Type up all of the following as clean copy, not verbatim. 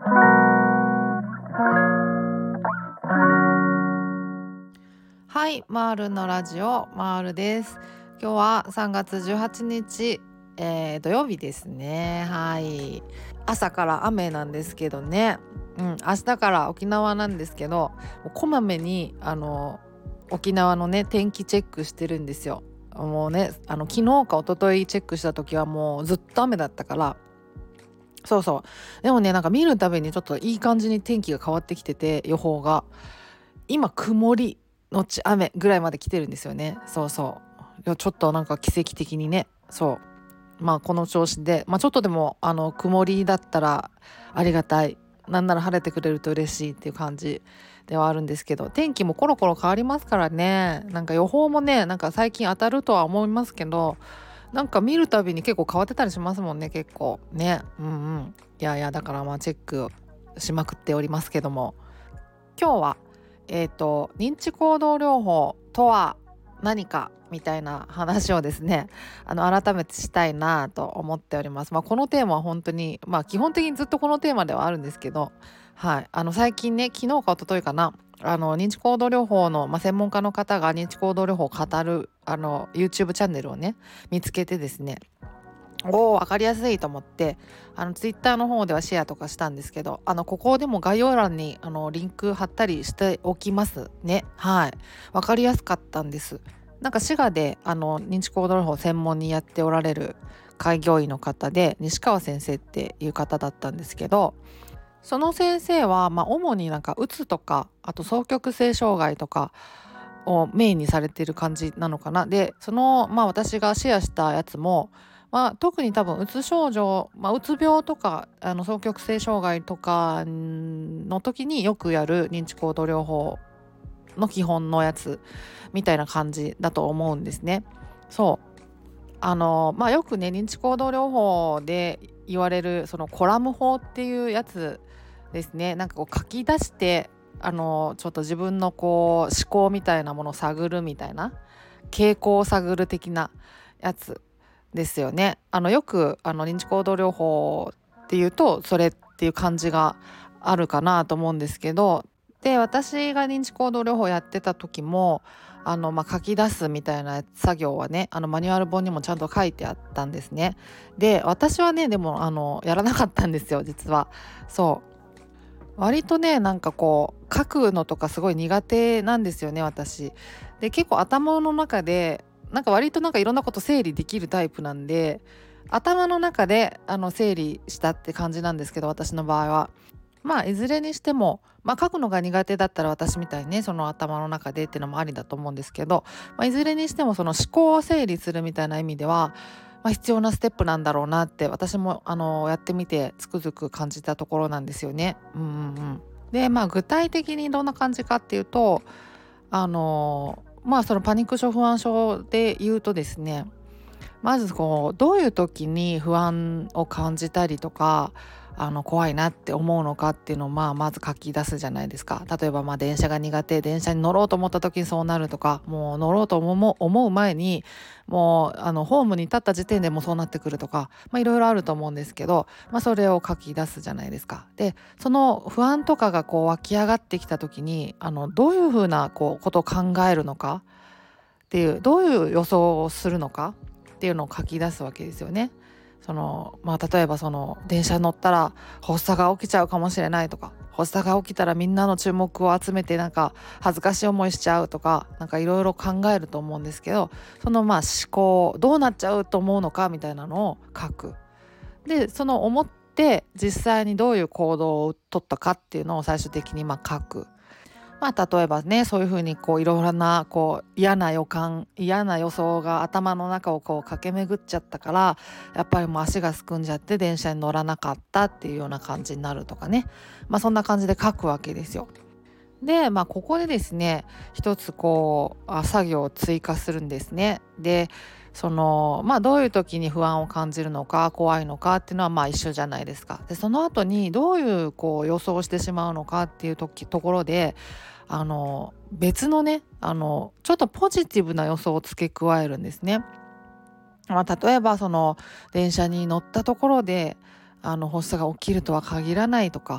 はい、マールのラジオマールです。今日は3月18日、土曜日ですね。はい、朝から雨なんですけどね、明日から沖縄なんですけど、こまめに沖縄のね天気チェックしてるんですよ。もうね、昨日か一昨日チェックした時はもうずっと雨だったから。でもね、なんか見るたびにちょっといい感じに天気が変わってきてて、予報が今曇りのち雨ぐらいまで来てるんですよね。いや、ちょっとなんか奇跡的にね、この調子で、ちょっとでも曇りだったらありがたい、なんなら晴れてくれると嬉しいっていう感じではあるんですけど、天気もコロコロ変わりますからね。なんか予報もね、なんか最近当たるとは思いますけど、なんか見るたびに結構変わってたりしますもんね、結構ね。だからチェックしまくっておりますけども、今日は認知行動療法とは何かみたいな話をですね、改めてしたいなと思っております。このテーマは本当に基本的にずっとこのテーマではあるんですけど、はい、最近ね、昨日か一昨日かな、認知行動療法の、専門家の方が認知行動療法を語るYouTube チャンネルをね見つけてですね、分かりやすいと思ってツイッターの方ではシェアとかしたんですけど、ここでも概要欄にリンク貼ったりしておきますね。はい、分かりやすかったんです。なんか滋賀で認知行動療法専門にやっておられる開業医の方で、西川先生っていう方だったんですけど、その先生は主になんかうつとか、あと双極性障害とかをメインにされてる感じなのかな。で私がシェアしたやつも、特に多分うつ症状、うつ病とか双極性障害とかの時によくやる認知行動療法の基本のやつみたいな感じだと思うんですね。よくね、認知行動療法で言われるそのコラム法っていうやつですね。なんかこう書き出してちょっと自分のこう思考みたいなものを探るみたいな、傾向を探る的なやつですよね。よく認知行動療法っていうとそれっていう感じがあるかなと思うんですけど、で私が認知行動療法やってた時も書き出すみたいな作業はね、マニュアル本にもちゃんと書いてあったんですね。で私はね、でもやらなかったんですよ、実は。割とね、なんかこう書くのとかすごい苦手なんですよね、私。で結構頭の中でなんか割となんかいろんなこと整理できるタイプなんで、頭の中で整理したって感じなんですけど、私の場合は。いずれにしても、書くのが苦手だったら私みたいにね、その頭の中でっていうのもありだと思うんですけど、いずれにしてもその思考を整理するみたいな意味では、必要なステップなんだろうなって私もやってみてつくづく感じたところなんですよね。で具体的にどんな感じかっていうと、そのパニック症不安症で言うとですね、まずこうどういう時に不安を感じたりとか怖いなって思うのかっていうのをまず書き出すじゃないですか。例えば電車が苦手、電車に乗ろうと思った時にそうなるとか、もう乗ろうと思う前にもうホームに立った時点でもうそうなってくるとか、いろいろあると思うんですけど、それを書き出すじゃないですか。でその不安とかがこう湧き上がってきた時にどういうふうなことを考えるのかっていう、どういう予想をするのかっていうのを書き出すわけですよね。例えば電車乗ったら発作が起きちゃうかもしれないとか、発作が起きたらみんなの注目を集めてなんか恥ずかしい思いしちゃうとか、なんかいろいろ考えると思うんですけど、その思考どうなっちゃうと思うのかみたいなのを書く。でその思って実際にどういう行動を取ったかっていうのを最終的に書く。例えばね、そういうふうにいろいろな嫌な予感、嫌な予想が頭の中を駆け巡っちゃったから、やっぱりもう足がすくんじゃって電車に乗らなかったっていうような感じになるとかね、そんな感じで書くわけですよ。でここでですね、一つ作業を追加するんですね。でどういう時に不安を感じるのか怖いのかっていうのは一緒じゃないですか。でその後にどういう予想してしまうのかっていうところで別のねちょっとポジティブな予想を付け加えるんですね。例えば電車に乗ったところで発作が起きるとは限らないとか、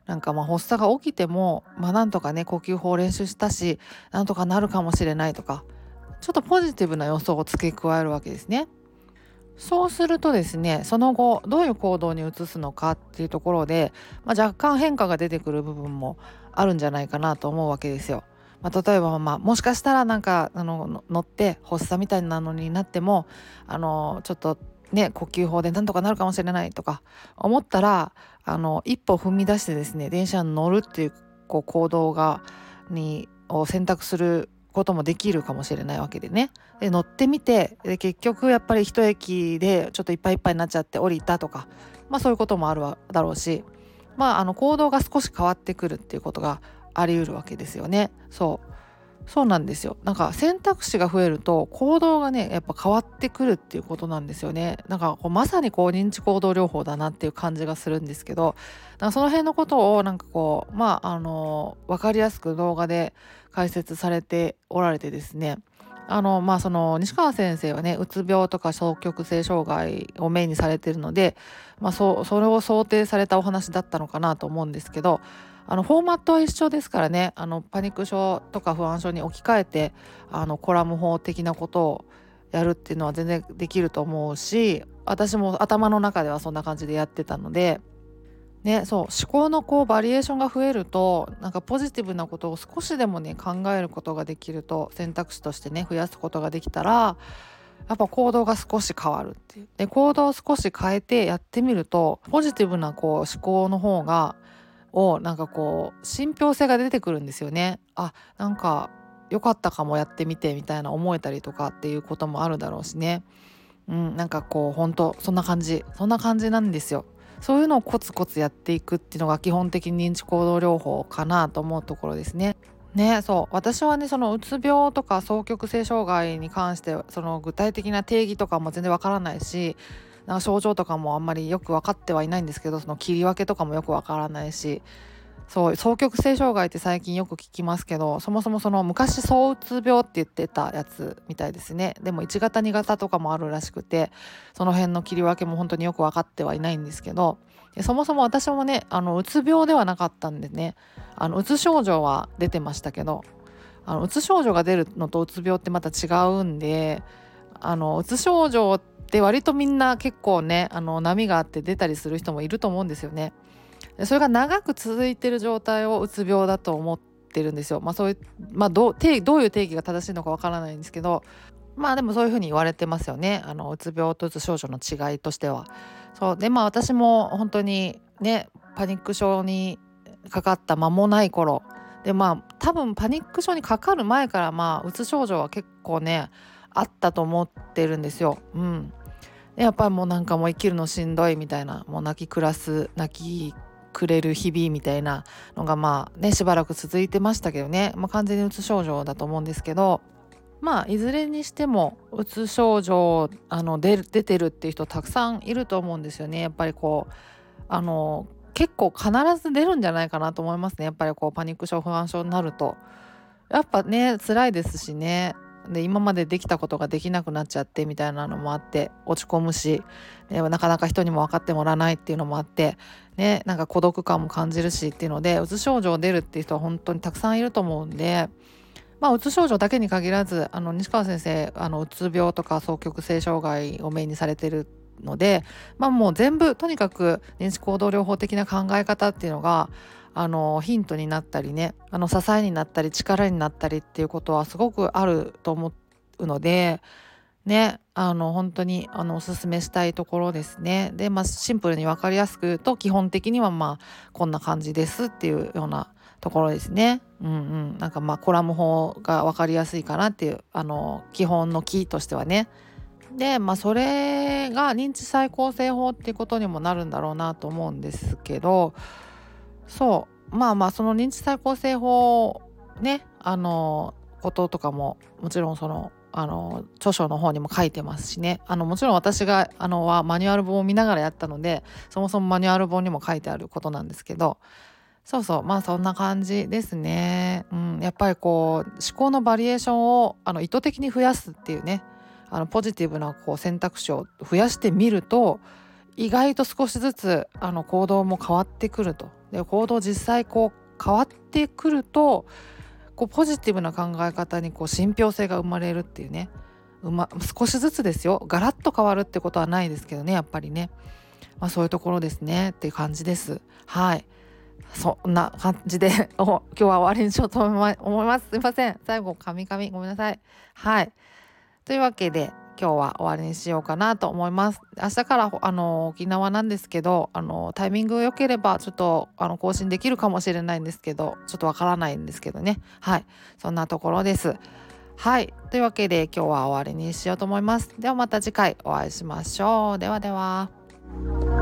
なんかまあ発作が起きても、なんとかね呼吸法を練習したしなんとかなるかもしれないとか、ちょっとポジティブな要素を付け加えるわけですね。そうするとですね、その後どういう行動に移すのかっていうところで、若干変化が出てくる部分もあるんじゃないかなと思うわけですよ。例えば、もしかしたらなんか乗って発作みたいなのになってもちょっとね呼吸法でなんとかなるかもしれないとか思ったら、一歩踏み出してですね電車に乗るっていう、行動を選択することもできるかもしれないわけでね。で乗ってみて、結局やっぱり一駅でちょっといっぱいいっぱいになっちゃって降りたとか、そういうこともあるだろうし、行動が少し変わってくるっていうことがあり得るわけですよね。そうなんですよ。なんか選択肢が増えると行動がねやっぱ変わってくるっていうことなんですよね。なんかまさに認知行動療法だなっていう感じがするんですけど、なんかその辺のことをなんか分かりやすく動画で解説されておられてですね、その西川先生はねうつ病とか双極性障害をメインにされているので、それを想定されたお話だったのかなと思うんですけど、フォーマットは一緒ですからね、パニック症とか不安症に置き換えてコラム法的なことをやるっていうのは全然できると思うし、私も頭の中ではそんな感じでやってたのでね、思考のバリエーションが増えると、なんかポジティブなことを少しでもね考えることができると、選択肢としてね増やすことができたら、やっぱ行動が少し変わるっていう。で行動を少し変えてやってみると、ポジティブな思考の方がなんか信憑性が出てくるんですよね。なんか良かったかもやってみてみたいな思えたりとかっていうこともあるだろうしね。なんか本当そんな感じなんですよ。そういうのをコツコツやっていくっていうのが基本的に認知行動療法かなと思うところですね。私はねそのうつ病とか双極性障害に関してその具体的な定義とかも全然わからないし、なんか症状とかもあんまりよく分かってはいないんですけど、その切り分けとかもよくわからないし、双極性障害って最近よく聞きますけど、そもそもその昔躁うつ病って言ってたやつみたいですね。でも1型2型とかもあるらしくて、その辺の切り分けも本当によく分かってはいないんですけど、そもそも私もねうつ病ではなかったんでね、うつ症状は出てましたけど、うつ症状が出るのとうつ病ってまた違うんで、うつ症状って割とみんな結構ね波があって出たりする人もいると思うんですよね。それが長く続いてる状態をうつ病だと思ってるんですよ。そういう、どういう定義が正しいのかわからないんですけど、でもそういうふうに言われてますよね。うつ病とうつ症状の違いとしては。そうで私も本当にねパニック症にかかった間もない頃で、多分パニック症にかかる前からうつ症状は結構ねあったと思ってるんですよ。でやっぱりもうなんかもう生きるのしんどいみたいな、もう泣きくれる日々みたいなのがしばらく続いてましたけどね、完全にうつ症状だと思うんですけど、いずれにしてもうつ症状出てるっていう人たくさんいると思うんですよね。やっぱり結構必ず出るんじゃないかなと思いますね。やっぱりパニック症不安症になるとやっぱね辛いですしね。で今までできたことができなくなっちゃってみたいなのもあって落ち込むし、なかなか人にも分かってもらわないっていうのもあってね、なんか孤独感も感じるしっていうので、うつ症状出るっていう人は本当にたくさんいると思うんで、うつ症状だけに限らず西川先生うつ病とか双極性障害をメインにされてるので、もう全部とにかく認知行動療法的な考え方っていうのがヒントになったりね、支えになったり力になったりっていうことはすごくあると思うのでね、本当におすすめしたいところですね。でシンプルに分かりやすく言うと、基本的にはこんな感じですっていうようなところですね。なんかコラム法が分かりやすいかなっていう基本のキーとしてはね。でそれが認知再構成法っていうことにもなるんだろうなと思うんですけど、その認知再構成法ねこととかももちろん著書の方にも書いてますしね、もちろん私がはマニュアル本を見ながらやったので、そもそもマニュアル本にも書いてあることなんですけど、そんな感じですね。やっぱり思考のバリエーションを意図的に増やすっていうね、ポジティブな選択肢を増やしてみると、意外と少しずつ行動も変わってくると。 で行動実際変わってくるとポジティブな考え方に信憑性が生まれるっていうね、少しずつですよ、ガラッと変わるってことはないですけどね、やっぱりね、そういうところですねっていう感じです。はい、そんな感じで今日は終わりにしようと思います。すいません、最後カミカミごめんなさい。はい、というわけで今日は終わりにしようかなと思います。明日から沖縄なんですけど、タイミング良ければちょっと更新できるかもしれないんですけど、ちょっとわからないんですけどね。はい、そんなところです。はい、というわけで今日は終わりにしようと思います。ではまた次回お会いしましょう。ではでは。